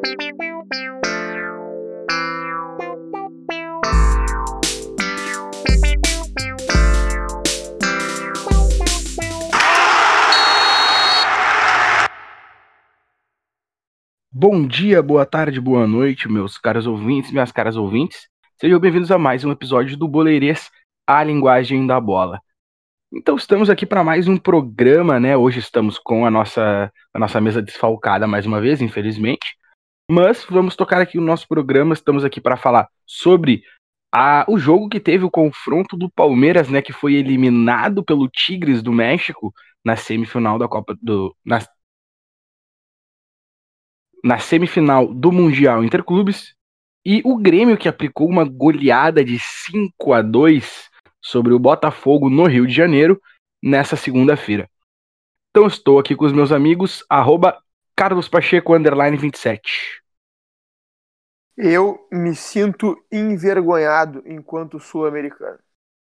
Bom dia, boa tarde, boa noite, meus caros ouvintes, minhas caras ouvintes. Sejam bem-vindos a mais um episódio do Boleirês, a linguagem da bola. Então estamos aqui para mais um programa, né? Hoje estamos com a nossa mesa desfalcada mais uma vez, infelizmente. Mas vamos tocar aqui o nosso programa, estamos aqui para falar sobre o jogo que teve o confronto do Palmeiras, né? Que foi eliminado pelo Tigres do México na semifinal da Copa do... na semifinal do Mundial Interclubes, e o Grêmio que aplicou uma goleada de 5-2 sobre o Botafogo no Rio de Janeiro nessa segunda-feira. Então estou aqui com os meus amigos, @CarlosPacheco _27. Eu me sinto envergonhado enquanto sul-americano.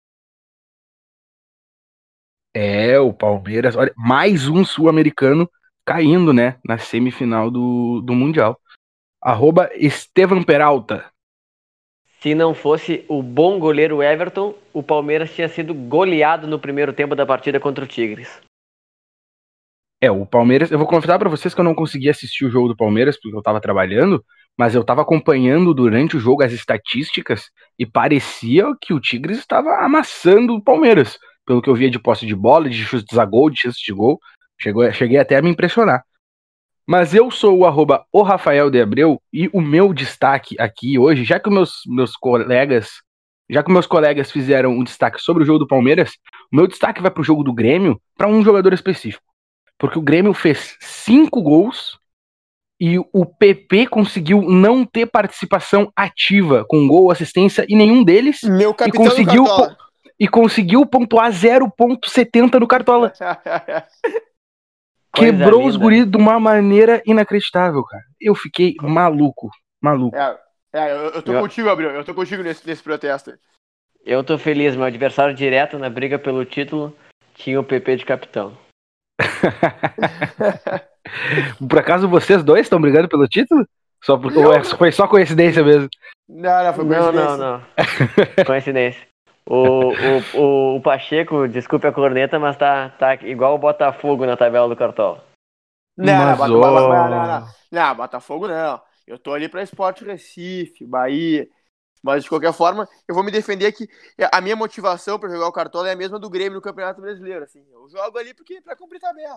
O Palmeiras, olha, mais um sul-americano caindo, né, na semifinal do Mundial. @Estevam Peralta. Se não fosse o bom goleiro Everton, o Palmeiras tinha sido goleado no primeiro tempo da partida contra o Tigres. O Palmeiras, eu vou confessar pra vocês que eu não consegui assistir o jogo do Palmeiras porque eu tava trabalhando, mas eu tava acompanhando durante o jogo as estatísticas e parecia que o Tigres estava amassando o Palmeiras, pelo que eu via de posse de bola, de chutes a gol, de chances de gol. Cheguei até a me impressionar. Mas eu sou o Rafael de Abreu e o meu destaque aqui hoje, já que meus colegas fizeram um destaque sobre o jogo do Palmeiras, o meu destaque vai pro jogo do Grêmio para um jogador específico. Porque o Grêmio fez 5 gols e o PP conseguiu não ter participação ativa com gol, assistência e nenhum deles. Meu capitão e conseguiu pontuar 0,70 no Cartola. Quebrou os guris de uma maneira inacreditável, cara. Eu fiquei maluco. Eu tô contigo, Gabriel. Eu tô contigo nesse protesto. Eu tô feliz, meu adversário direto na briga pelo título tinha o PP de capitão. Por acaso vocês dois estão brigando pelo título? Foi só coincidência mesmo? Não, foi coincidência. Não. Coincidência. O Pacheco, desculpe a corneta, mas tá igual o Botafogo na tabela do Cartola. Não, Botafogo não. Eu tô ali pra Sport Recife, Bahia. Mas, de qualquer forma, eu vou me defender que a minha motivação pra jogar o Cartola é a mesma do Grêmio no Campeonato Brasileiro. Assim. Eu jogo ali pra cumprir tabela.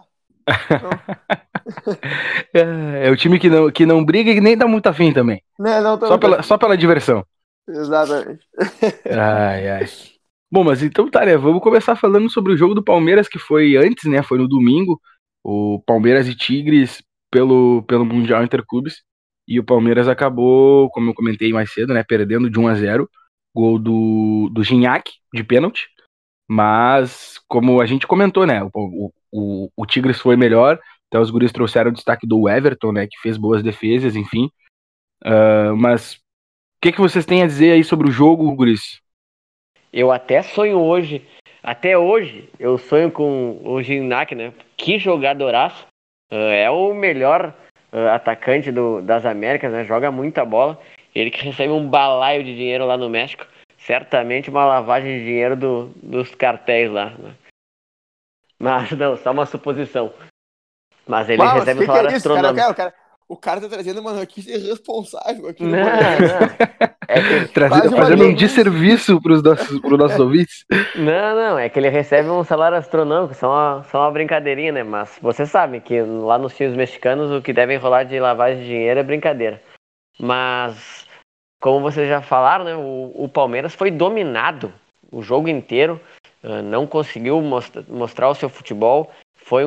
É o time que não briga e nem dá muito afim também. Só pela diversão. Exatamente. Ai. Bom, mas então tá, né? Vamos começar falando sobre o jogo do Palmeiras, que foi antes, né? Foi no domingo. O Palmeiras e Tigres pelo Mundial Interclubes. E o Palmeiras acabou, como eu comentei mais cedo, né? Perdendo de 1-0. Gol do Gignac, de pênalti. Mas, como a gente comentou, né? O Tigres foi melhor. Então os guris trouxeram o destaque do Everton, né? Que fez boas defesas, enfim. Mas o que vocês têm a dizer aí sobre o jogo, guris? Eu até sonho hoje. Até hoje, eu sonho com o Gignac, né? Que jogadoraço. É o melhor atacante das Américas, né? Joga muita bola. Ele que recebe um balaio de dinheiro lá no México. Certamente uma lavagem de dinheiro dos cartéis lá, né? Mas não, só uma suposição. Mas ele recebe um salário astronômico. O cara tá trazendo uma notícia irresponsável aqui. Não. Fazendo um desserviço pros nossos ouvintes. Não, é que ele recebe um salário astronômico, só uma brincadeirinha, né? Mas vocês sabem que lá nos times mexicanos o que devem rolar de lavagem de dinheiro é brincadeira. Mas, como vocês já falaram, né? O Palmeiras foi dominado o jogo inteiro, não conseguiu mostrar o seu futebol, foi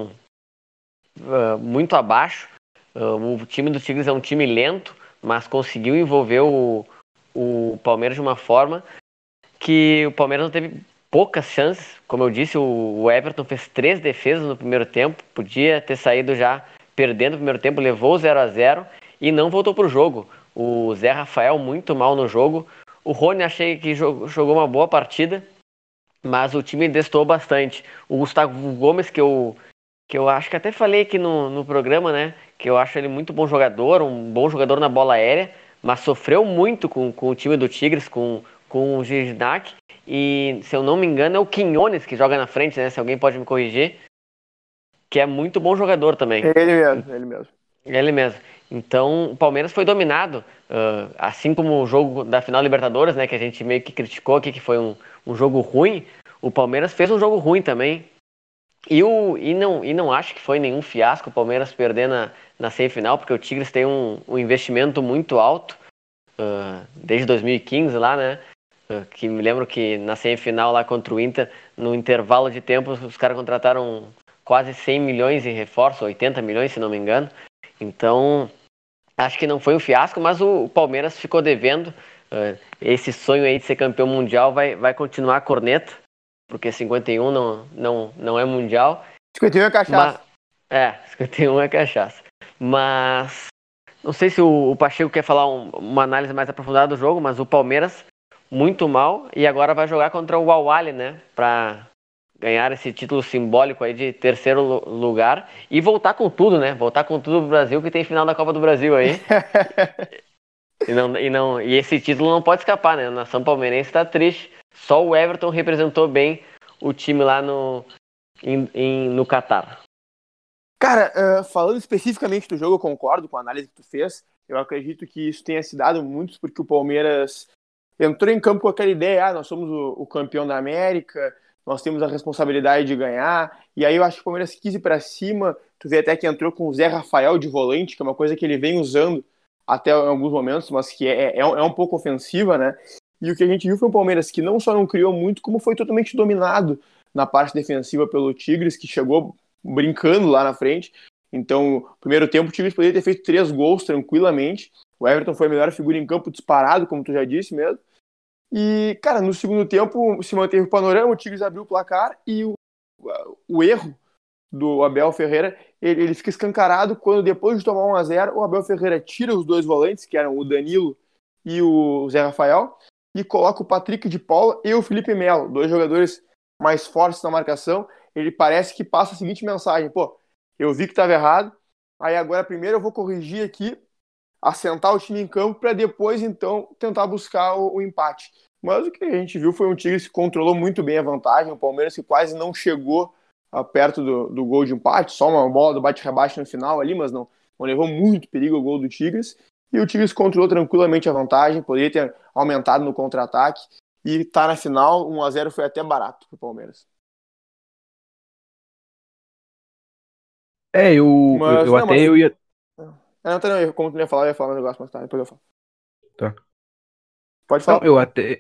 muito abaixo. O time do Tigres é um time lento, mas conseguiu envolver o Palmeiras de uma forma que o Palmeiras não teve poucas chances. Como eu disse, o Everton fez 3 defesas no primeiro tempo, podia ter saído já perdendo o primeiro tempo, levou o 0-0 e não voltou para o jogo. O Zé Rafael muito mal no jogo. O Rony achei que jogou uma boa partida, mas o time destoou bastante. O Gustavo Gomes, que eu que eu acho que até falei aqui no programa, né? Que eu acho ele muito bom jogador, um bom jogador na bola aérea, mas sofreu muito com o time do Tigres, com o Gignac. E, se eu não me engano, é o Quinones que joga na frente, né? Se alguém pode me corrigir, que é muito bom jogador também. Ele mesmo, ele mesmo. Ele mesmo. Então, o Palmeiras foi dominado, assim como o jogo da final Libertadores, né, que a gente meio que criticou aqui, que foi um jogo ruim. O Palmeiras fez um jogo ruim também. E não acho que foi nenhum fiasco o Palmeiras perder na semifinal, porque o Tigres tem um investimento muito alto, desde 2015 lá, né? Que me lembro que na semifinal lá contra o Inter, no intervalo de tempo, os caras contrataram quase 100 milhões em reforço, 80 milhões, se não me engano. Então, acho que não foi um fiasco, mas o Palmeiras ficou devendo. Esse sonho aí de ser campeão mundial vai continuar a corneta, porque 51 não é mundial. 51 é cachaça. 51 é cachaça. Mas não sei se o Pacheco quer falar uma análise mais aprofundada do jogo, mas o Palmeiras muito mal e agora vai jogar contra o Al-Ahly, né? Pra ganhar esse título simbólico aí de terceiro lugar e voltar com tudo, né? Voltar com tudo pro Brasil, que tem final da Copa do Brasil aí. E esse título não pode escapar, né? A nação palmeirense tá triste. Só o Everton representou bem o time lá no Catar. Cara, falando especificamente do jogo, eu concordo com a análise que tu fez. Eu acredito que isso tenha se dado muito porque o Palmeiras entrou em campo com aquela ideia, nós somos o campeão da América, nós temos a responsabilidade de ganhar, e aí eu acho que o Palmeiras quis ir pra cima. Tu vê até que entrou com o Zé Rafael de volante, que é uma coisa que ele vem usando até em alguns momentos, mas que é um pouco ofensiva, né? E o que a gente viu foi um Palmeiras que não só não criou muito, como foi totalmente dominado na parte defensiva pelo Tigres, que chegou brincando lá na frente. Então, no primeiro tempo, o Tigres poderia ter feito 3 gols tranquilamente. O Everton foi a melhor figura em campo disparado, como tu já disse mesmo. E, cara, no segundo tempo se manteve o panorama, o Tigres abriu o placar e o erro do Abel Ferreira, ele fica escancarado quando, depois de tomar 1-0, o Abel Ferreira tira os 2 volantes, que eram o Danilo e o Zé Rafael, e coloca o Patrick de Paula e o Felipe Melo, 2 jogadores mais fortes na marcação. Ele parece que passa a seguinte mensagem: pô, eu vi que estava errado, aí agora primeiro eu vou corrigir aqui, assentar o time em campo para depois, então, tentar buscar o empate. Mas o que a gente viu foi um Tigres que controlou muito bem a vantagem, o Palmeiras que quase não chegou perto do gol de empate, só uma bola do bate-rebate no final ali, mas não levou muito perigo o gol do Tigres, e o Tigres controlou tranquilamente a vantagem, poderia ter aumentado no contra-ataque, e tá na final, 1-0 foi até barato pro Palmeiras. Mas, eu não, até mas... eu ia. Não, como tu ia falar, eu ia falar um negócio mais tarde, depois eu falo. Tá. Pode Não, falar.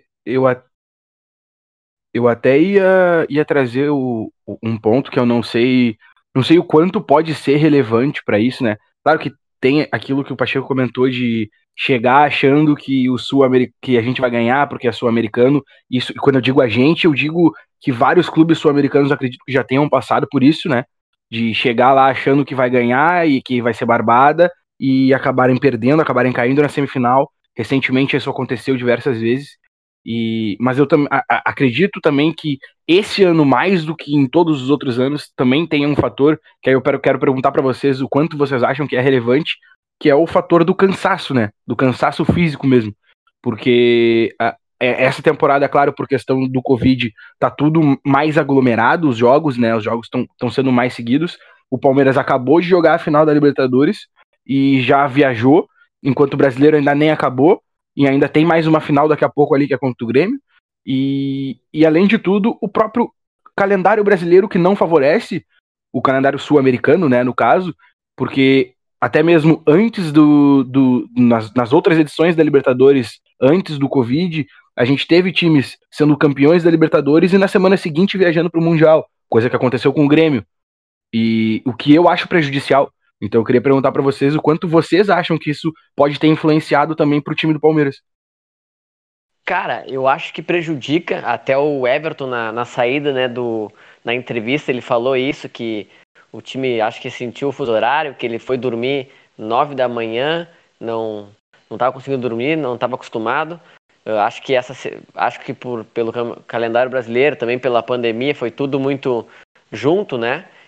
eu até ia trazer um ponto que eu não sei o quanto pode ser relevante para isso, né? Claro que tem aquilo que o Pacheco comentou de chegar achando que que a gente vai ganhar porque é sul-americano. Isso, quando eu digo a gente, eu digo que vários clubes sul-americanos acredito que já tenham passado por isso, né? De chegar lá achando que vai ganhar e que vai ser barbada e acabarem perdendo, acabarem caindo na semifinal. Recentemente isso aconteceu diversas vezes. Mas eu acredito também que esse ano, mais do que em todos os outros anos, também tem um fator que aí eu quero perguntar para vocês o quanto vocês acham que é relevante, que é o fator do cansaço, né? Do cansaço físico mesmo. Porque essa temporada, claro, por questão do Covid, tá tudo mais aglomerado, os jogos, né? Os jogos estão sendo mais seguidos. O Palmeiras acabou de jogar a final da Libertadores e já viajou, enquanto o brasileiro ainda nem acabou. E ainda tem mais uma final daqui a pouco ali que é contra o Grêmio. E além de tudo, o próprio calendário brasileiro que não favorece o calendário sul-americano, né, no caso, porque até mesmo antes nas outras edições da Libertadores, antes do Covid, a gente teve times sendo campeões da Libertadores e na semana seguinte viajando para o Mundial, coisa que aconteceu com o Grêmio. E o que eu acho prejudicial. Então eu queria perguntar para vocês o quanto vocês acham que isso pode ter influenciado também pro time do Palmeiras. Cara, eu acho que prejudica. Até o Everton na saída, né, na entrevista, ele falou isso, que o time acho que sentiu o fuso horário, que ele foi dormir 9 da manhã, não estava conseguindo dormir, não estava acostumado. Eu acho que pelo calendário brasileiro, também pela pandemia, foi tudo muito junto, né?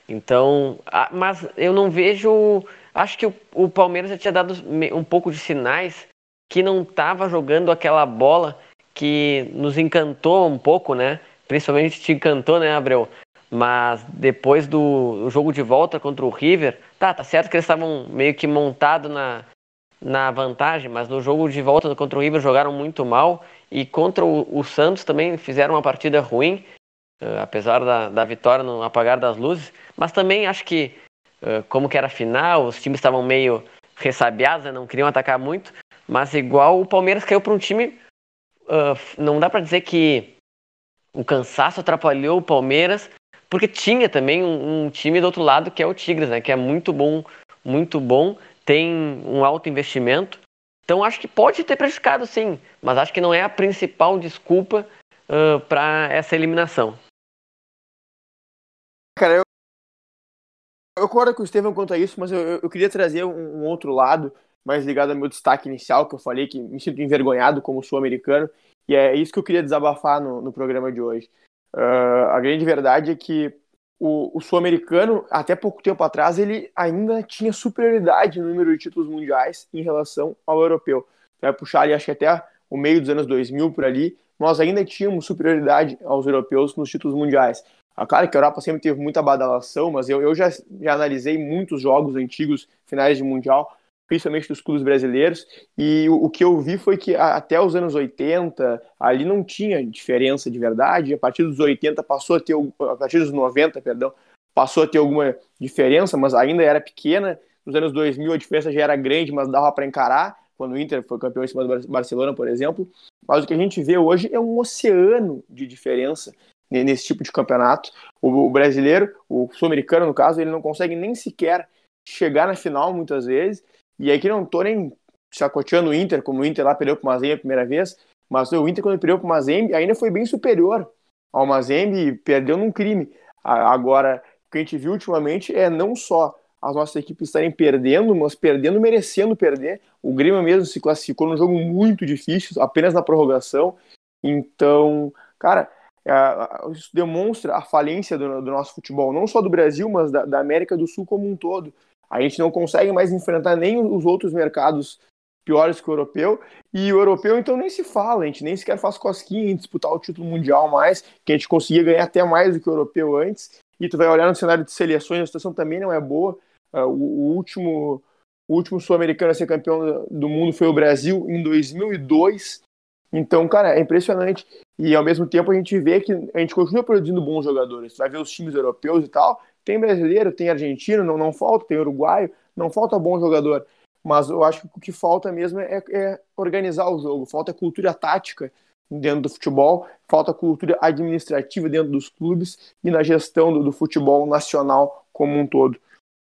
Então, mas eu não vejo. Acho que o Palmeiras já tinha dado um pouco de sinais que não estava jogando aquela bola que nos encantou um pouco, né? Principalmente te encantou, né, Abreu? Mas depois do jogo de volta contra o River, tá certo que eles estavam meio que montados na vantagem, mas no jogo de volta contra o River jogaram muito mal e contra o Santos também fizeram uma partida ruim, apesar da vitória no apagar das luzes, mas também acho que como que era final, os times estavam meio ressabiados, né, não queriam atacar muito, mas igual o Palmeiras caiu para um time, não dá para dizer que o cansaço atrapalhou o Palmeiras, porque tinha também um time do outro lado que é o Tigres, né, que é muito bom, tem um alto investimento. Então acho que pode ter prejudicado sim, mas acho que não é a principal desculpa para essa eliminação. Cara, eu concordo com o Estevam quanto a isso, mas eu queria trazer um outro lado, mais ligado ao meu destaque inicial, que eu falei que me sinto envergonhado como sul-americano, e é isso que eu queria desabafar no programa de hoje. A grande verdade é que o sul-americano, até pouco tempo atrás, ele ainda tinha superioridade no número de títulos mundiais em relação ao europeu. Vai puxar ali, acho que até o meio dos anos 2000 por ali, nós ainda tínhamos superioridade aos europeus nos títulos mundiais. Claro que a Europa sempre teve muita badalação, mas eu já analisei muitos jogos antigos, finais de Mundial, principalmente dos clubes brasileiros, e o que eu vi foi que até os anos 80, ali não tinha diferença de verdade, a partir dos 80 passou a ter, a partir dos 90, perdão, passou a ter alguma diferença, mas ainda era pequena. Nos anos 2000 a diferença já era grande, mas dava para encarar, quando o Inter foi campeão em cima do Barcelona, por exemplo. Mas o que a gente vê hoje é um oceano de diferença nesse tipo de campeonato. O brasileiro, o sul-americano no caso, ele não consegue nem sequer chegar na final muitas vezes, e aqui não tô nem chacoteando o Inter, como o Inter lá perdeu pro Mazembe a primeira vez, mas o Inter quando perdeu pro Mazembe ainda foi bem superior ao Mazembe e perdeu num crime. Agora, o que a gente viu ultimamente é não só as nossas equipes estarem perdendo, mas perdendo merecendo perder. O Grêmio mesmo se classificou num jogo muito difícil, apenas na prorrogação. Então, cara, isso demonstra a falência do nosso futebol, não só do Brasil, mas da América do Sul como um todo. A gente não consegue mais enfrentar nem os outros mercados piores que o europeu, e o europeu então nem se fala, a gente nem sequer faz cosquinha em disputar o título mundial mais, que a gente conseguia ganhar até mais do que o europeu antes, e tu vai olhar no cenário de seleções, a situação também não é boa. O último sul-americano a ser campeão do mundo foi o Brasil em 2002, então, cara, é impressionante. E ao mesmo tempo a gente vê que a gente continua produzindo bons jogadores. Vai ver os times europeus e tal. Tem brasileiro, tem argentino, não falta, tem uruguaio, não falta bom jogador. Mas eu acho que o que falta mesmo é organizar o jogo. Falta cultura tática dentro do futebol, falta cultura administrativa dentro dos clubes e na gestão do futebol nacional como um todo.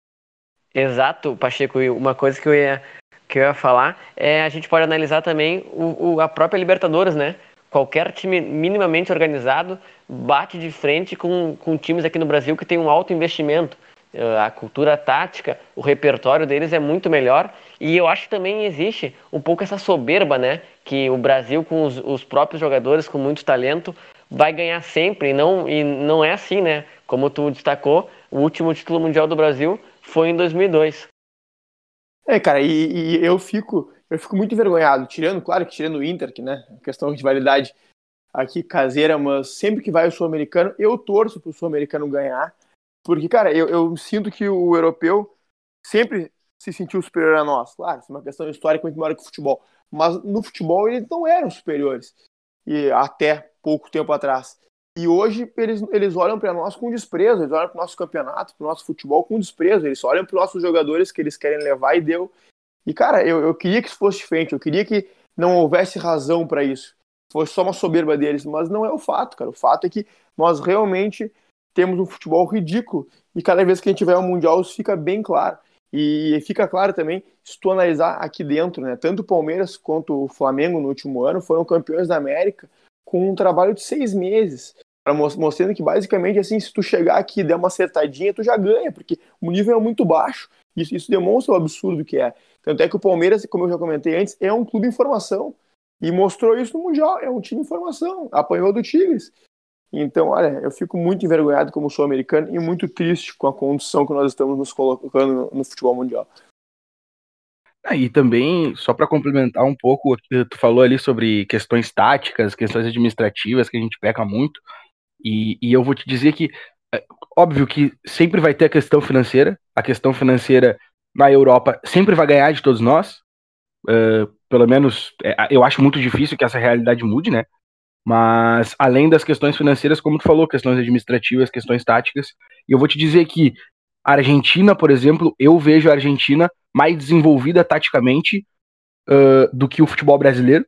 Exato, Pacheco. E uma coisa que eu ia falar é a gente pode analisar também a própria Libertadores, né? Qualquer time minimamente organizado bate de frente com times aqui no Brasil que tem um alto investimento. A cultura tática, o repertório deles é muito melhor. E eu acho que também existe um pouco essa soberba, né? Que o Brasil, com os próprios jogadores, com muito talento, vai ganhar sempre. E não é assim, né? Como tu destacou, o último título mundial do Brasil foi em 2002. Cara, e eu fico muito envergonhado, claro que tirando o Inter, que, né, questão de validade aqui caseira, mas sempre que vai o Sul-Americano, eu torço pro Sul-Americano ganhar, porque, cara, eu sinto que o europeu sempre se sentiu superior a nós. Claro, isso é uma questão histórica muito maior que o futebol, mas no futebol eles não eram superiores, e até pouco tempo atrás. E hoje eles olham para nós com desprezo, eles olham para o nosso campeonato, para o nosso futebol com desprezo, eles olham para os nossos jogadores que eles querem levar e deu. E, cara, eu queria que isso fosse diferente, eu queria que não houvesse razão para isso, fosse só uma soberba deles, mas não é o fato, cara. O fato é que nós realmente temos um futebol ridículo e cada vez que a gente vai ao Mundial isso fica bem claro. E fica claro também, se tu analisar aqui dentro, né, tanto o Palmeiras quanto o Flamengo no último ano foram campeões da América com um trabalho de 6 meses, mostrando que basicamente assim, se tu chegar aqui e der uma acertadinha, tu já ganha, porque o nível é muito baixo. Isso demonstra o absurdo que é. Tanto é que o Palmeiras, como eu já comentei antes, é um clube em formação. E mostrou isso no Mundial. É um time em formação. Apanhou do Tigres. Então, olha, eu fico muito envergonhado como sul-americano e muito triste com a condição que nós estamos nos colocando no futebol mundial. E também, só para complementar um pouco o que tu falou ali sobre questões táticas, questões administrativas, que a gente peca muito, e eu vou te dizer que, óbvio que sempre vai ter a questão financeira na Europa sempre vai ganhar de todos nós, pelo menos eu acho muito difícil que essa realidade mude, né? Mas além das questões financeiras, como tu falou, questões administrativas, questões táticas, e eu vou te dizer que a Argentina, por exemplo, eu vejo a Argentina mais desenvolvida taticamente do que o futebol brasileiro,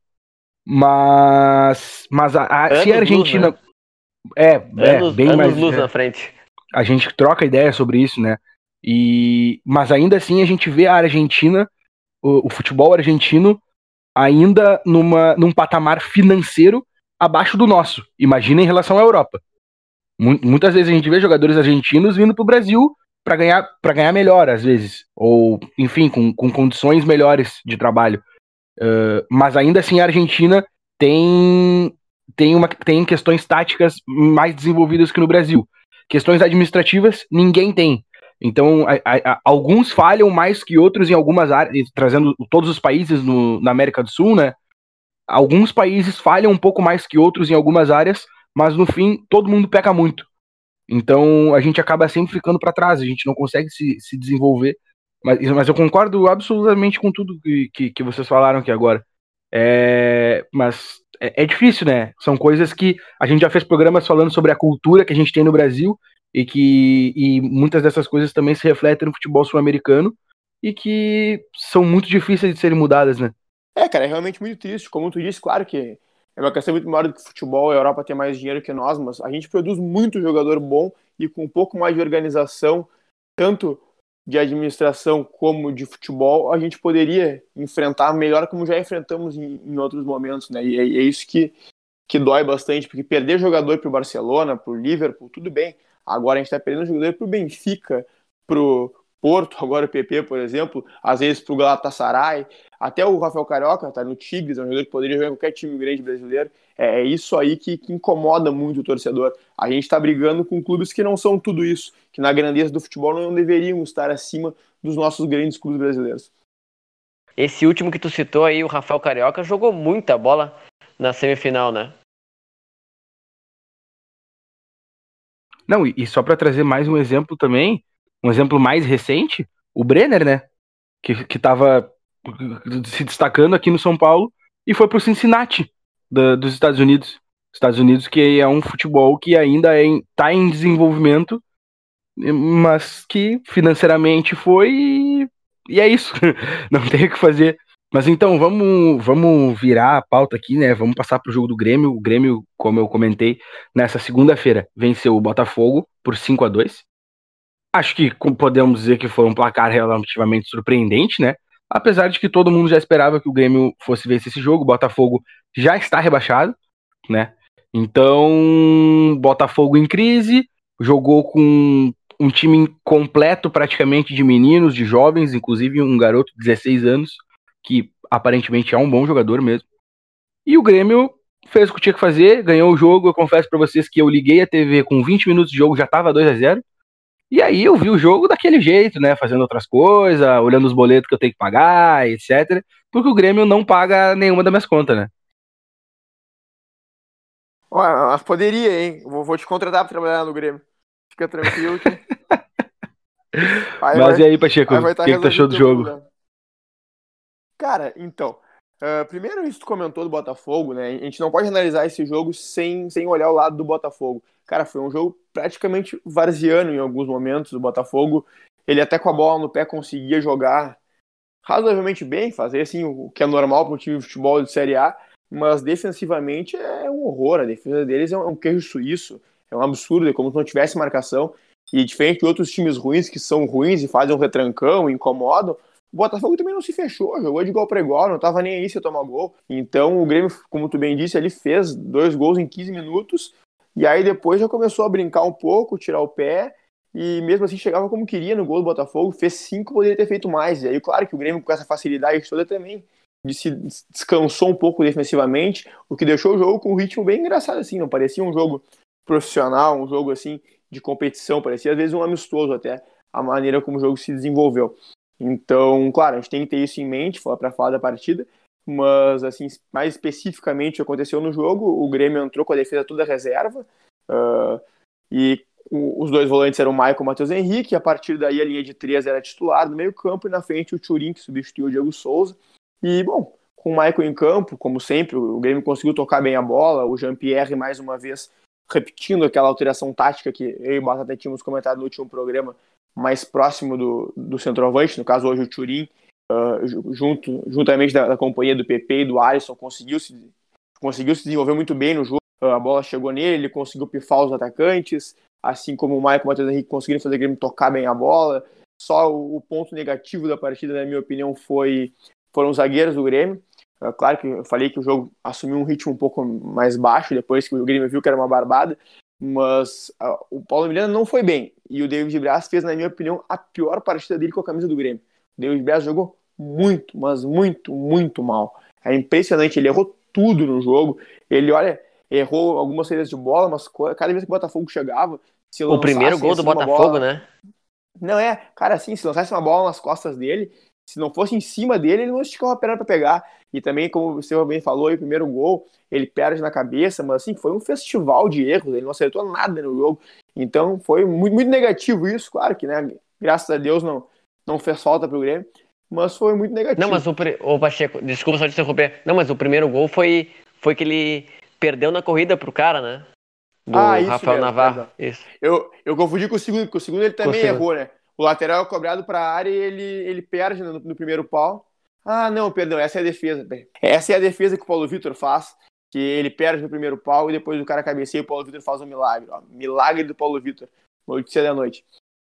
mas se a Argentina luz, né? bem mais luz na frente. a gente troca ideia sobre isso, né? Mas ainda assim a gente vê a Argentina, o futebol argentino ainda num patamar financeiro abaixo do nosso. Imagina em relação à Europa. Muitas vezes a gente vê jogadores argentinos vindo para o Brasil para ganhar melhor, às vezes. Ou, enfim, com condições melhores de trabalho. Mas ainda assim a Argentina tem questões táticas mais desenvolvidas que no Brasil. Questões administrativas, ninguém tem. Então, alguns falham mais que outros em algumas áreas, trazendo todos os países na América do Sul, né? Alguns países falham um pouco mais que outros em algumas áreas, mas no fim, todo mundo peca muito. Então, a gente acaba sempre ficando para trás, a gente não consegue se desenvolver. Mas eu concordo absolutamente com tudo que vocês falaram aqui agora. Mas é difícil, né? São coisas que a gente já fez programas falando sobre a cultura que a gente tem no Brasil e muitas dessas coisas também se refletem no futebol sul-americano e que são muito difíceis de serem mudadas, né? Cara, é realmente muito triste. Como tu disse, claro que é uma questão muito maior do que futebol, a Europa tem mais dinheiro que nós, mas a gente produz muito jogador bom e com um pouco mais de organização, tanto de administração como de futebol, a gente poderia enfrentar melhor como já enfrentamos em outros momentos, né? E é isso que dói bastante, porque perder jogador pro Barcelona, pro Liverpool, tudo bem. Agora a gente tá perdendo jogador pro Benfica, pro Porto, agora o PP, por exemplo, às vezes pro Galatasaray, até o Rafael Carioca tá no Tigres, é um jogador que poderia jogar em qualquer time grande brasileiro. É isso aí que incomoda muito o torcedor. A gente tá brigando com clubes que não são tudo isso, que na grandeza do futebol não deveriam estar acima dos nossos grandes clubes brasileiros. Esse último que tu citou aí, o Rafael Carioca, jogou muita bola na semifinal, né? Não, e só para trazer mais um exemplo também, um exemplo mais recente, o Brenner, né? Que tava se destacando aqui no São Paulo e foi pro Cincinnati dos Estados Unidos. Estados Unidos que é um futebol que ainda tá em desenvolvimento, mas que financeiramente e é isso. Não tem o que fazer. Mas então, vamos virar a pauta aqui, né? Vamos passar pro jogo do Grêmio. O Grêmio, como eu comentei, nessa segunda-feira venceu o Botafogo por 5-2. Acho que podemos dizer que foi um placar relativamente surpreendente, né? Apesar de que todo mundo já esperava que o Grêmio fosse vencer esse jogo, o Botafogo já está rebaixado, né? Então, Botafogo em crise, jogou com um time completo praticamente de meninos, de jovens, inclusive um garoto de 16 anos, que aparentemente é um bom jogador mesmo. E o Grêmio fez o que tinha que fazer, ganhou o jogo. Eu confesso para vocês que eu liguei a TV com 20 minutos de jogo, já tava 2-0. E aí eu vi o jogo daquele jeito, né? Fazendo outras coisas, olhando os boletos que eu tenho que pagar, etc. Porque o Grêmio não paga nenhuma das minhas contas, né? Mas poderia, hein? Vou te contratar pra trabalhar no Grêmio. Fica tranquilo que... Mas e aí, Pacheco, o que tu achou do jogo? Problema. Cara, então... primeiro isso que tu comentou do Botafogo, né? A gente não pode analisar esse jogo sem olhar o lado do Botafogo. Cara, foi um jogo praticamente varziano em alguns momentos. O Botafogo, ele até com a bola no pé conseguia jogar razoavelmente bem, fazer assim o que é normal para um time de futebol de Série A, mas defensivamente é um horror. A defesa deles é um queijo suíço, é um absurdo, é como se não tivesse marcação. E diferente de outros times ruins que são ruins e fazem um retrancão, incomodam, o Botafogo também não se fechou, jogou de igual para igual, não tava nem aí se tomar gol. Então o Grêmio, como tu bem disse, ele fez 2 gols em 15 minutos, e aí depois já começou a brincar um pouco, tirar o pé, e mesmo assim chegava como queria no gol do Botafogo, fez 5, poderia ter feito mais. E aí, claro que o Grêmio com essa facilidade toda também descansou um pouco defensivamente, o que deixou o jogo com um ritmo bem engraçado assim, não parecia um jogo profissional, um jogo assim de competição, parecia às vezes um amistoso até, a maneira como o jogo se desenvolveu. Então, claro, a gente tem que ter isso em mente para falar da partida, mas assim, mais especificamente o que aconteceu no jogo, o Grêmio entrou com a defesa toda reserva, e os dois volantes eram o Maicon e o Matheus Henrique, e a partir daí a linha de 3 era titular no meio campo, e na frente o Thuram, que substituiu o Diego Souza. E, bom, com o Maicon em campo, como sempre, o Grêmio conseguiu tocar bem a bola, o Jean-Pierre, mais uma vez, repetindo aquela alteração tática que eu e o Batata tínhamos comentado no último programa, mais próximo do centroavante, no caso hoje o Thuram, juntamente da companhia do PP e do Alisson, conseguiu se desenvolver muito bem no jogo, a bola chegou nele, ele conseguiu pifar os atacantes, assim como o Maicon e o Matheus Henrique conseguiram fazer o Grêmio tocar bem a bola. Só o ponto negativo da partida, na minha opinião, foram os zagueiros do Grêmio. Claro que eu falei que o jogo assumiu um ritmo um pouco mais baixo, depois que o Grêmio viu que era uma barbada, mas o Paulo Miranda não foi bem, e o David Braz fez, na minha opinião, a pior partida dele com a camisa do Grêmio. O David Braz jogou muito, mas muito, muito mal. É impressionante, ele errou tudo no jogo, ele, errou algumas saídas de bola, mas cada vez que o Botafogo chegava, se O primeiro gol do Botafogo, né? Não, cara, assim, se lançasse uma bola nas costas dele, se não fosse em cima dele, ele não esticava a perna pra pegar. E também, como você bem falou, o primeiro gol, ele perde na cabeça, mas assim, foi um festival de erros, ele não acertou nada no jogo. Então, foi muito, muito negativo isso, claro que, né, graças a Deus não fez falta pro Grêmio, mas foi muito negativo. Não, mas o Pacheco, desculpa só te interromper. Não, mas o primeiro gol foi que ele perdeu na corrida pro cara, né? Do Rafael mesmo, Navarro. Isso. Eu confundi com o segundo, porque o segundo ele também errou, né? O lateral é cobrado para a área e ele perde no primeiro pau. Ah, não, perdão, essa é a defesa. Essa é a defesa que o Paulo Vitor faz, que ele perde no primeiro pau e depois o cara cabeceia e o Paulo Vitor faz um milagre. Ó. Milagre do Paulo Vitor. Notícia da noite.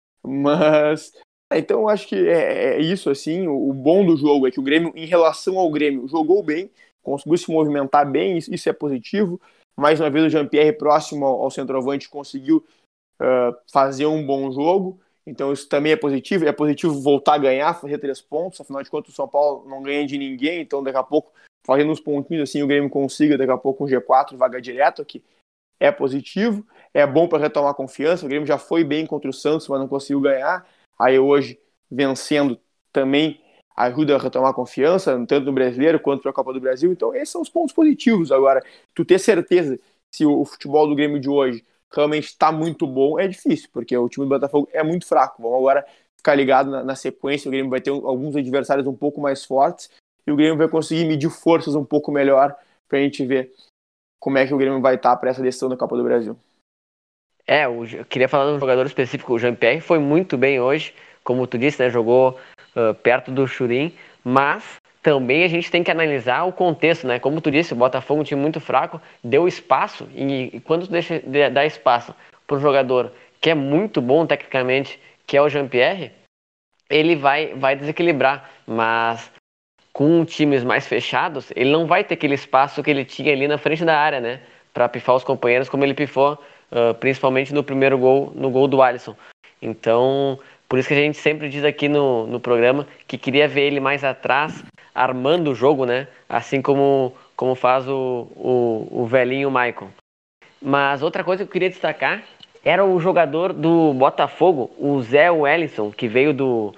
Mas, então eu acho que é isso, assim, o bom do jogo é que o Grêmio, em relação ao Grêmio, jogou bem, conseguiu se movimentar bem, isso é positivo. Mais uma vez o Jean-Pierre, próximo ao centroavante, conseguiu fazer um bom jogo. Então isso também é positivo. É positivo voltar a ganhar, fazer 3 pontos. Afinal de contas, o São Paulo não ganha de ninguém. Então daqui a pouco, fazendo uns pontinhos assim, o Grêmio consiga daqui a pouco um G4, vaga direto aqui. É positivo. É bom para retomar confiança. O Grêmio já foi bem contra o Santos, mas não conseguiu ganhar. Aí hoje, vencendo, também ajuda a retomar confiança, tanto no Brasileiro quanto na Copa do Brasil. Então esses são os pontos positivos. Agora, tu ter certeza se o futebol do Grêmio de hoje realmente está muito bom, é difícil, porque o time do Botafogo é muito fraco. Vamos agora ficar ligado na sequência, o Grêmio vai ter alguns adversários um pouco mais fortes, e o Grêmio vai conseguir medir forças um pouco melhor pra gente ver como é que o Grêmio vai estar para essa decisão da Copa do Brasil. Eu queria falar de um jogador específico, o Jean-Pierre foi muito bem hoje, como tu disse, né, jogou perto do Thuram, mas também a gente tem que analisar o contexto, né? Como tu disse, o Botafogo é um time muito fraco, deu espaço, e quando tu dá espaço para um jogador que é muito bom tecnicamente, que é o Jean-Pierre, ele vai desequilibrar, mas com times mais fechados, ele não vai ter aquele espaço que ele tinha ali na frente da área, né? Para pifar os companheiros, como ele pifou, principalmente no primeiro gol, no gol do Alisson. Então, por isso que a gente sempre diz aqui no programa que queria ver ele mais atrás, armando o jogo, né? Assim como faz o velhinho Maicon. Mas outra coisa que eu queria destacar era o jogador do Botafogo, o Zé Wellison, que veio do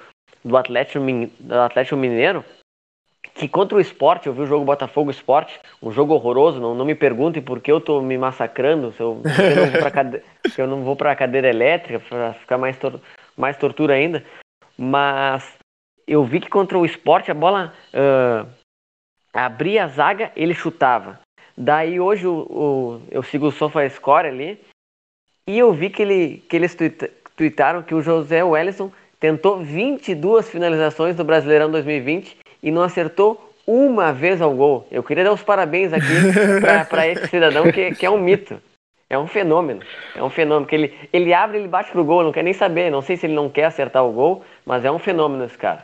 Atlético Mineiro, que contra o Sport, eu vi o jogo Botafogo Sport, um jogo horroroso, não me perguntem por que eu tô me massacrando, se eu não vou pra cadeira elétrica, pra ficar mais tortura ainda, mas eu vi que contra o Sport a bola abria a zaga, ele chutava. Daí hoje eu sigo o SofaScore ali, e eu vi que eles tuitaram que o José Wellison tentou 22 finalizações do Brasileirão 2020 e não acertou uma vez ao gol. Eu queria dar os parabéns aqui para esse cidadão que é um mito. É um fenômeno. Que ele abre e ele bate pro gol, não quer nem saber. Não sei se ele não quer acertar o gol, mas é um fenômeno esse cara.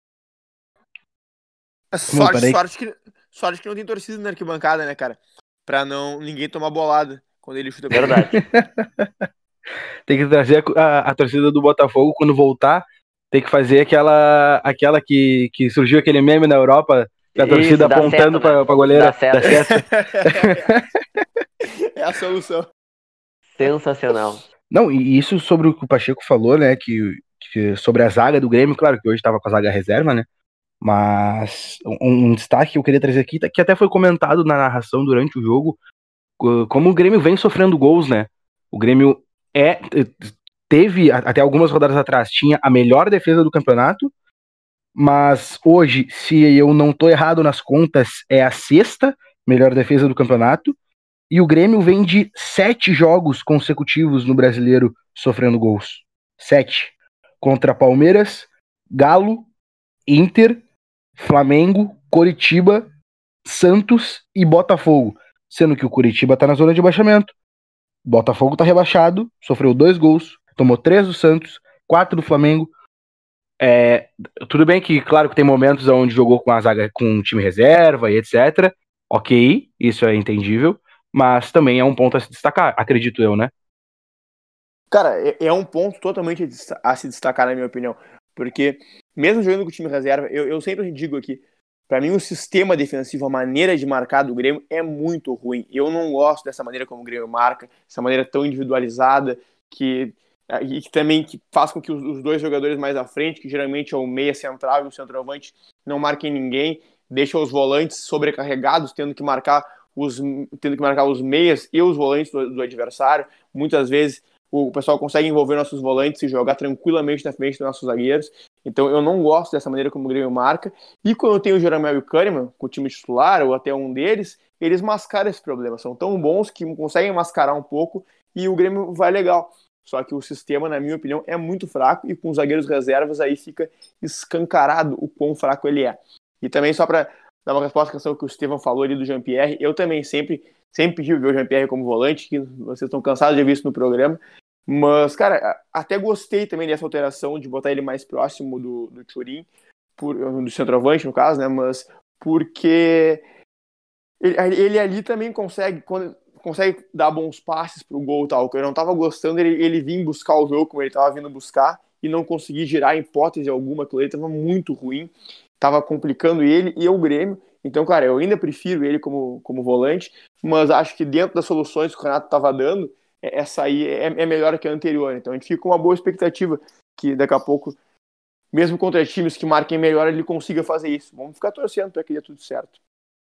Sorte que não tem torcida na arquibancada, né, cara? Pra ninguém tomar bolada quando ele chuta. Verdade. Tem que trazer a torcida do Botafogo quando voltar. Tem que fazer aquela que surgiu aquele meme na Europa, da torcida apontando pra goleira. Dá certo. É a solução. Sensacional. Não, e isso sobre o que o Pacheco falou, né, que sobre a zaga do Grêmio, claro que hoje estava com a zaga reserva, né, mas um destaque que eu queria trazer aqui, que até foi comentado na narração durante o jogo, como o Grêmio vem sofrendo gols, né, o Grêmio teve, até algumas rodadas atrás, tinha a melhor defesa do campeonato, mas hoje, se eu não tô errado nas contas, é a sexta melhor defesa do campeonato, e o Grêmio vem de 7 jogos consecutivos no Brasileiro sofrendo gols. 7. Contra Palmeiras, Galo, Inter, Flamengo, Coritiba, Santos e Botafogo. Sendo que o Coritiba tá na zona de baixamento. Botafogo tá rebaixado, sofreu 2 gols, tomou 3 do Santos, 4 do Flamengo. Tudo bem que, claro, que tem momentos onde jogou com a zaga com um time reserva e etc. Ok, isso é entendível. Mas também é um ponto a se destacar, acredito eu, né? Cara, é um ponto totalmente a se destacar, na minha opinião. Porque, mesmo jogando com o time reserva, eu sempre digo aqui, pra mim o sistema defensivo, a maneira de marcar do Grêmio é muito ruim. Eu não gosto dessa maneira como o Grêmio marca, essa maneira tão individualizada, e que também que faz com que os dois jogadores mais à frente, que geralmente é o meia central e o centroavante, não marquem ninguém, deixam os volantes sobrecarregados, tendo que marcar os meias e os volantes do adversário. Muitas vezes o pessoal consegue envolver nossos volantes e jogar tranquilamente na frente dos nossos zagueiros. Então eu não gosto dessa maneira como o Grêmio marca. E quando eu tenho o Jeromel e o Kahneman com o time titular, ou até um deles, eles mascaram esse problema. São tão bons que conseguem mascarar um pouco e o Grêmio vai legal. Só que o sistema, na minha opinião, é muito fraco e com os zagueiros reservas aí fica escancarado o quão fraco ele é. E também só para dar uma resposta à questão que o Estevão falou ali do Jean-Pierre, eu também sempre pedi ver o Jean-Pierre como volante, que vocês estão cansados de ver isso no programa, mas, cara, até gostei também dessa alteração de botar ele mais próximo do Thuram, do centroavante, no caso, né, mas porque ele ali também consegue dar bons passes pro gol e tal, que eu não tava gostando, ele vir buscar o jogo como ele tava vindo buscar e não conseguir girar em hipótese alguma, aquilo ele tava muito ruim, tava complicando ele e o Grêmio. Então, cara, eu ainda prefiro ele como volante, mas acho que dentro das soluções que o Renato tava dando, essa aí é melhor que a anterior. Então a gente fica com uma boa expectativa que daqui a pouco, mesmo contra times que marquem melhor, ele consiga fazer isso. Vamos ficar torcendo para que dê tudo certo.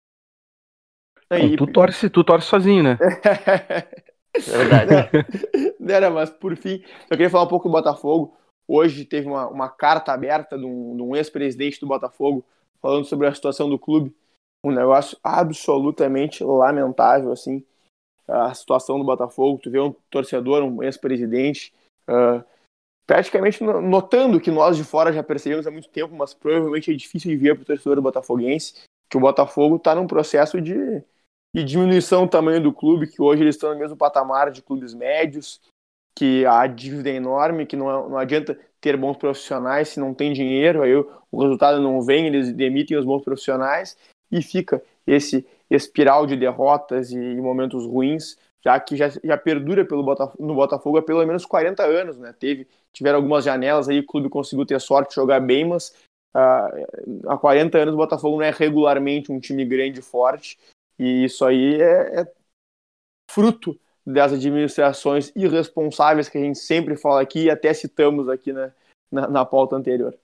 Aí, tu torce sozinho, né? É verdade. Não, mas por fim, eu queria falar um pouco do Botafogo. Hoje teve uma carta aberta de um ex-presidente do Botafogo falando sobre a situação do clube. Um negócio absolutamente lamentável, assim, a situação do Botafogo. Tu vê um torcedor, um ex-presidente, praticamente notando que nós de fora já percebemos há muito tempo, mas provavelmente é difícil de ver para o torcedor botafoguense, que o Botafogo está num processo de diminuição do tamanho do clube, que hoje eles estão no mesmo patamar de clubes médios, que a dívida é enorme, que não adianta ter bons profissionais se não tem dinheiro, aí o resultado não vem, eles demitem os bons profissionais e fica esse espiral de derrotas e momentos ruins, já que já perdura no Botafogo há pelo menos 40 anos, né? Tiveram algumas janelas aí, o clube conseguiu ter sorte de jogar bem, mas há 40 anos o Botafogo não é regularmente um time grande e forte, e isso aí é fruto das administrações irresponsáveis que a gente sempre fala aqui e até citamos aqui na pauta anterior.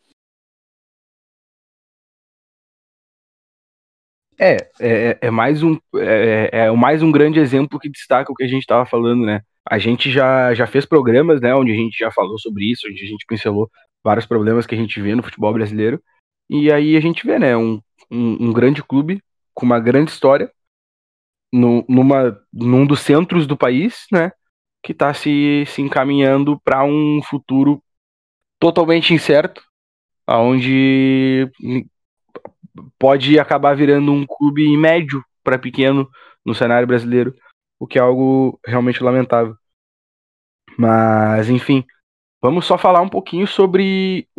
É mais um grande exemplo que destaca o que a gente estava falando, né? A gente já fez programas, né, onde a gente já falou sobre isso, onde a gente pincelou vários problemas que a gente vê no futebol brasileiro, e aí a gente vê, né, um grande clube com uma grande história num dos centros do país, né, que está se encaminhando para um futuro totalmente incerto, onde pode acabar virando um clube médio para pequeno no cenário brasileiro, o que é algo realmente lamentável. Mas, enfim, vamos só falar um pouquinho sobre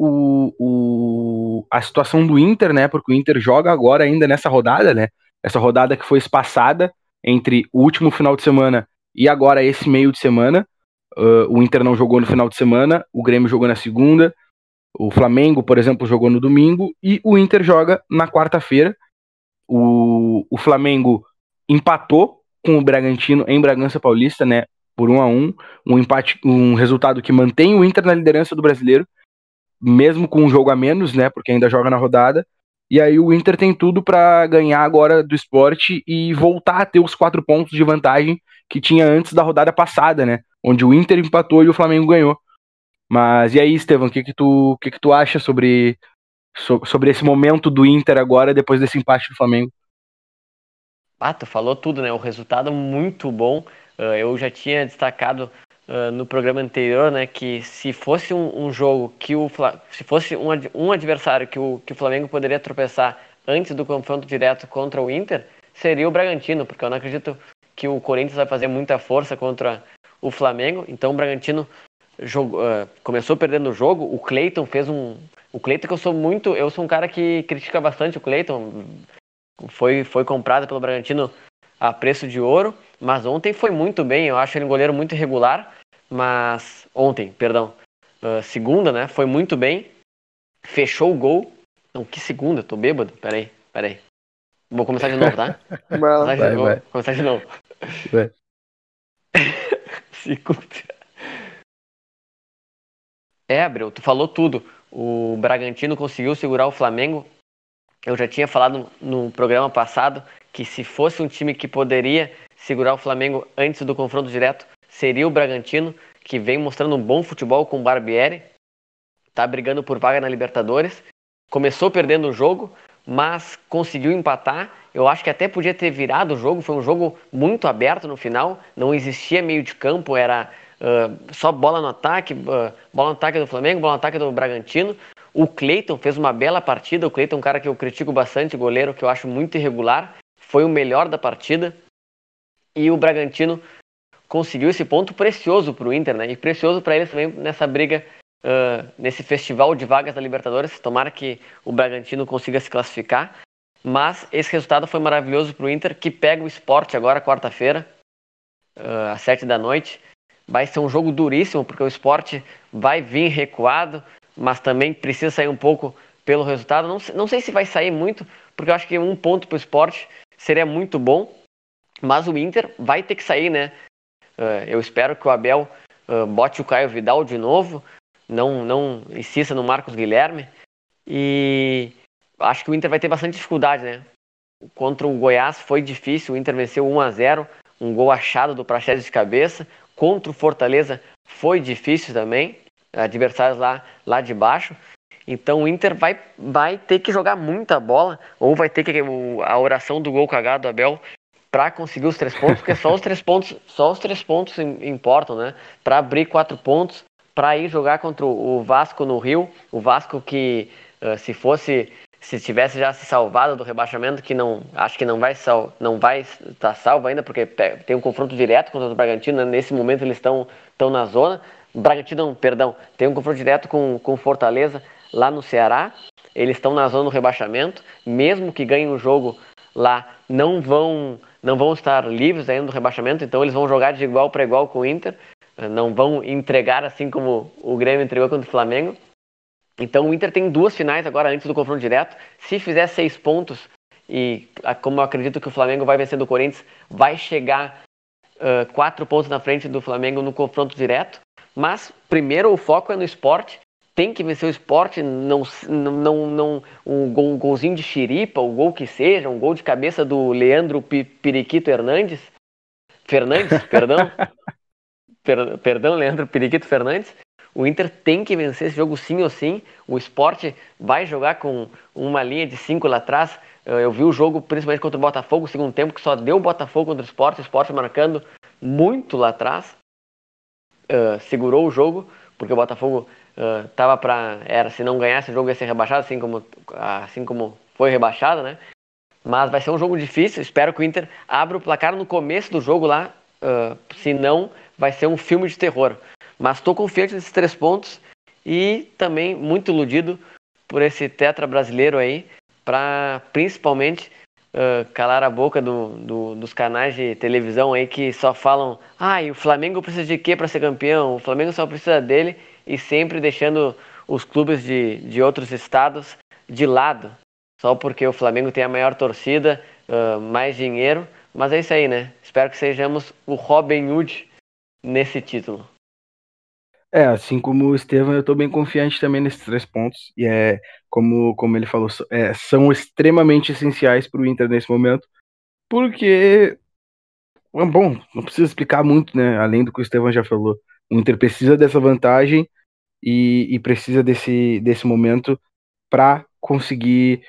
a situação do Inter, né? Porque o Inter joga agora ainda nessa rodada, né? Essa rodada que foi espaçada entre o último final de semana e agora esse meio de semana. O Inter não jogou no final de semana, o Grêmio jogou na segunda, o Flamengo, por exemplo, jogou no domingo e o Inter joga na quarta-feira. O Flamengo empatou com o Bragantino em Bragança Paulista, né? por 1-1, um empate, um resultado que mantém o Inter na liderança do Brasileiro, mesmo com um jogo a menos, né, porque ainda joga na rodada. E aí o Inter tem tudo para ganhar agora do Sport e voltar a ter os 4 pontos de vantagem que tinha antes da rodada passada, né, onde o Inter empatou e o Flamengo ganhou. Mas e aí, Estevão, o que tu acha sobre esse momento do Inter agora, depois desse empate do Flamengo? Tu falou tudo, né? O resultado muito bom. Eu já tinha destacado no programa anterior, né, que se fosse um jogo que se fosse um adversário que o Flamengo poderia tropeçar antes do confronto direto contra o Inter, seria o Bragantino, porque eu não acredito que o Corinthians vai fazer muita força contra o Flamengo. Então o Bragantino começou perdendo o jogo. O Cleiton o Cleiton, que eu sou um cara que critica bastante o Cleiton. Foi comprado pelo Bragantino a preço de ouro, mas ontem foi muito bem. Eu acho ele um goleiro muito irregular, mas ontem, perdão, segunda, né? Foi muito bem, fechou o gol. Não, que segunda? Eu tô bêbado. Peraí. Vou começar de novo, tá? Vai. Começar de novo. Vai. Segunda. Abreu, tu falou tudo. O Bragantino conseguiu segurar o Flamengo. Eu já tinha falado no programa passado que se fosse um time que poderia segurar o Flamengo antes do confronto direto, seria o Bragantino, que vem mostrando um bom futebol com o Barbieri. Tá brigando por vaga na Libertadores. Começou perdendo o jogo, mas conseguiu empatar. Eu acho que até podia ter virado o jogo. Foi um jogo muito aberto no final. Não existia meio de campo, era só bola no ataque. Bola no ataque do Flamengo, bola no ataque do Bragantino. O Cleiton fez uma bela partida. O Cleiton é um cara que eu critico bastante, goleiro que eu acho muito irregular. Foi o melhor da partida. E o Bragantino conseguiu esse ponto precioso para o Inter, né? E precioso para eles também nessa briga, nesse festival de vagas da Libertadores. Tomara que o Bragantino consiga se classificar. Mas esse resultado foi maravilhoso para o Inter, que pega o Sport agora, quarta-feira, às 7 da noite. Vai ser um jogo duríssimo, porque o Sport vai vir recuado, mas também precisa sair um pouco pelo resultado. Não sei se vai sair muito, porque eu acho que um ponto para o Sport seria muito bom, mas o Inter vai ter que sair, né? Eu espero que o Abel bote o Caio Vidal de novo, não insista no Marcos Guilherme, e acho que o Inter vai ter bastante dificuldade, né? Contra o Goiás foi difícil, o Inter venceu 1-0, um gol achado do Praxedes de cabeça. Contra o Fortaleza foi difícil também, adversários lá de baixo. Então o Inter vai ter que jogar muita bola, ou vai ter que a oração do gol cagado do Abel para conseguir os 3 pontos, porque só os três pontos importam, né? Para abrir 4 pontos, para ir jogar contra o Vasco no Rio, o Vasco que se tivesse já se salvado do rebaixamento, que acho que não vai estar salvo ainda, porque tem um confronto direto contra o Bragantino, né? Nesse momento eles estão na zona. Bragantino, perdão, tem um confronto direto com Fortaleza lá no Ceará. Eles estão na zona do rebaixamento, mesmo que ganhem o jogo lá, não vão estar livres ainda do rebaixamento, então eles vão jogar de igual para igual com o Inter, não vão entregar assim como o Grêmio entregou contra o Flamengo. Então o Inter tem 2 finais agora antes do confronto direto. Se fizer 6 pontos, e como eu acredito que o Flamengo vai vencer do Corinthians, vai chegar 4 pontos na frente do Flamengo no confronto direto. Mas primeiro o foco é no Sport. Tem que vencer o Sport, um golzinho de chiripa, o gol que seja, um gol de cabeça do Leandro Periquito Fernandes, perdão. Perdão, Leandro Periquito Fernandes. O Inter tem que vencer esse jogo sim ou sim. O Sport vai jogar com uma linha de 5 lá atrás. Eu vi o jogo principalmente contra o Botafogo, o segundo tempo, que só deu o Botafogo contra o Sport marcando muito lá atrás. Segurou o jogo, porque o Botafogo se não ganhasse o jogo ia ser rebaixado, assim como foi rebaixado, né? Mas vai ser um jogo difícil. Espero que o Inter abra o placar no começo do jogo lá, senão vai ser um filme de terror. Mas estou confiante nesses 3 pontos e também muito iludido por esse tetra brasileiro aí, para principalmente calar a boca dos canais de televisão aí que só falam: o Flamengo precisa de quê para ser campeão? O Flamengo só precisa dele, e sempre deixando os clubes de outros estados de lado, só porque o Flamengo tem a maior torcida, mais dinheiro. Mas é isso aí, né? Espero que sejamos o Robin Hood nesse título. Assim como o Estevam, eu tô bem confiante também nesses 3 pontos. E como ele falou, são extremamente essenciais pro Inter nesse momento. Porque, bom, não precisa explicar muito, né? Além do que o Estevam já falou. O Inter precisa dessa vantagem e precisa desse momento para conseguir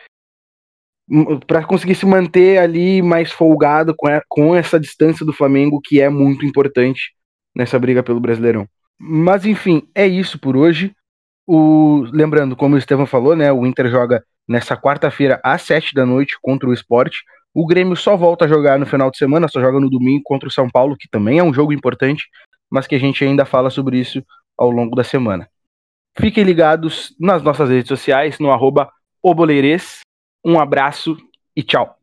se manter ali mais folgado com essa distância do Flamengo, que é muito importante nessa briga pelo Brasileirão. Mas enfim, é isso por hoje. Lembrando, como o Estevam falou, né, o Inter joga nessa quarta-feira às 7 da noite contra o Sport. O Grêmio só volta a jogar no final de semana, só joga no domingo contra o São Paulo, que também é um jogo importante, mas que a gente ainda fala sobre isso ao longo da semana. Fiquem ligados nas nossas redes sociais, no @oboleires. Um abraço e tchau.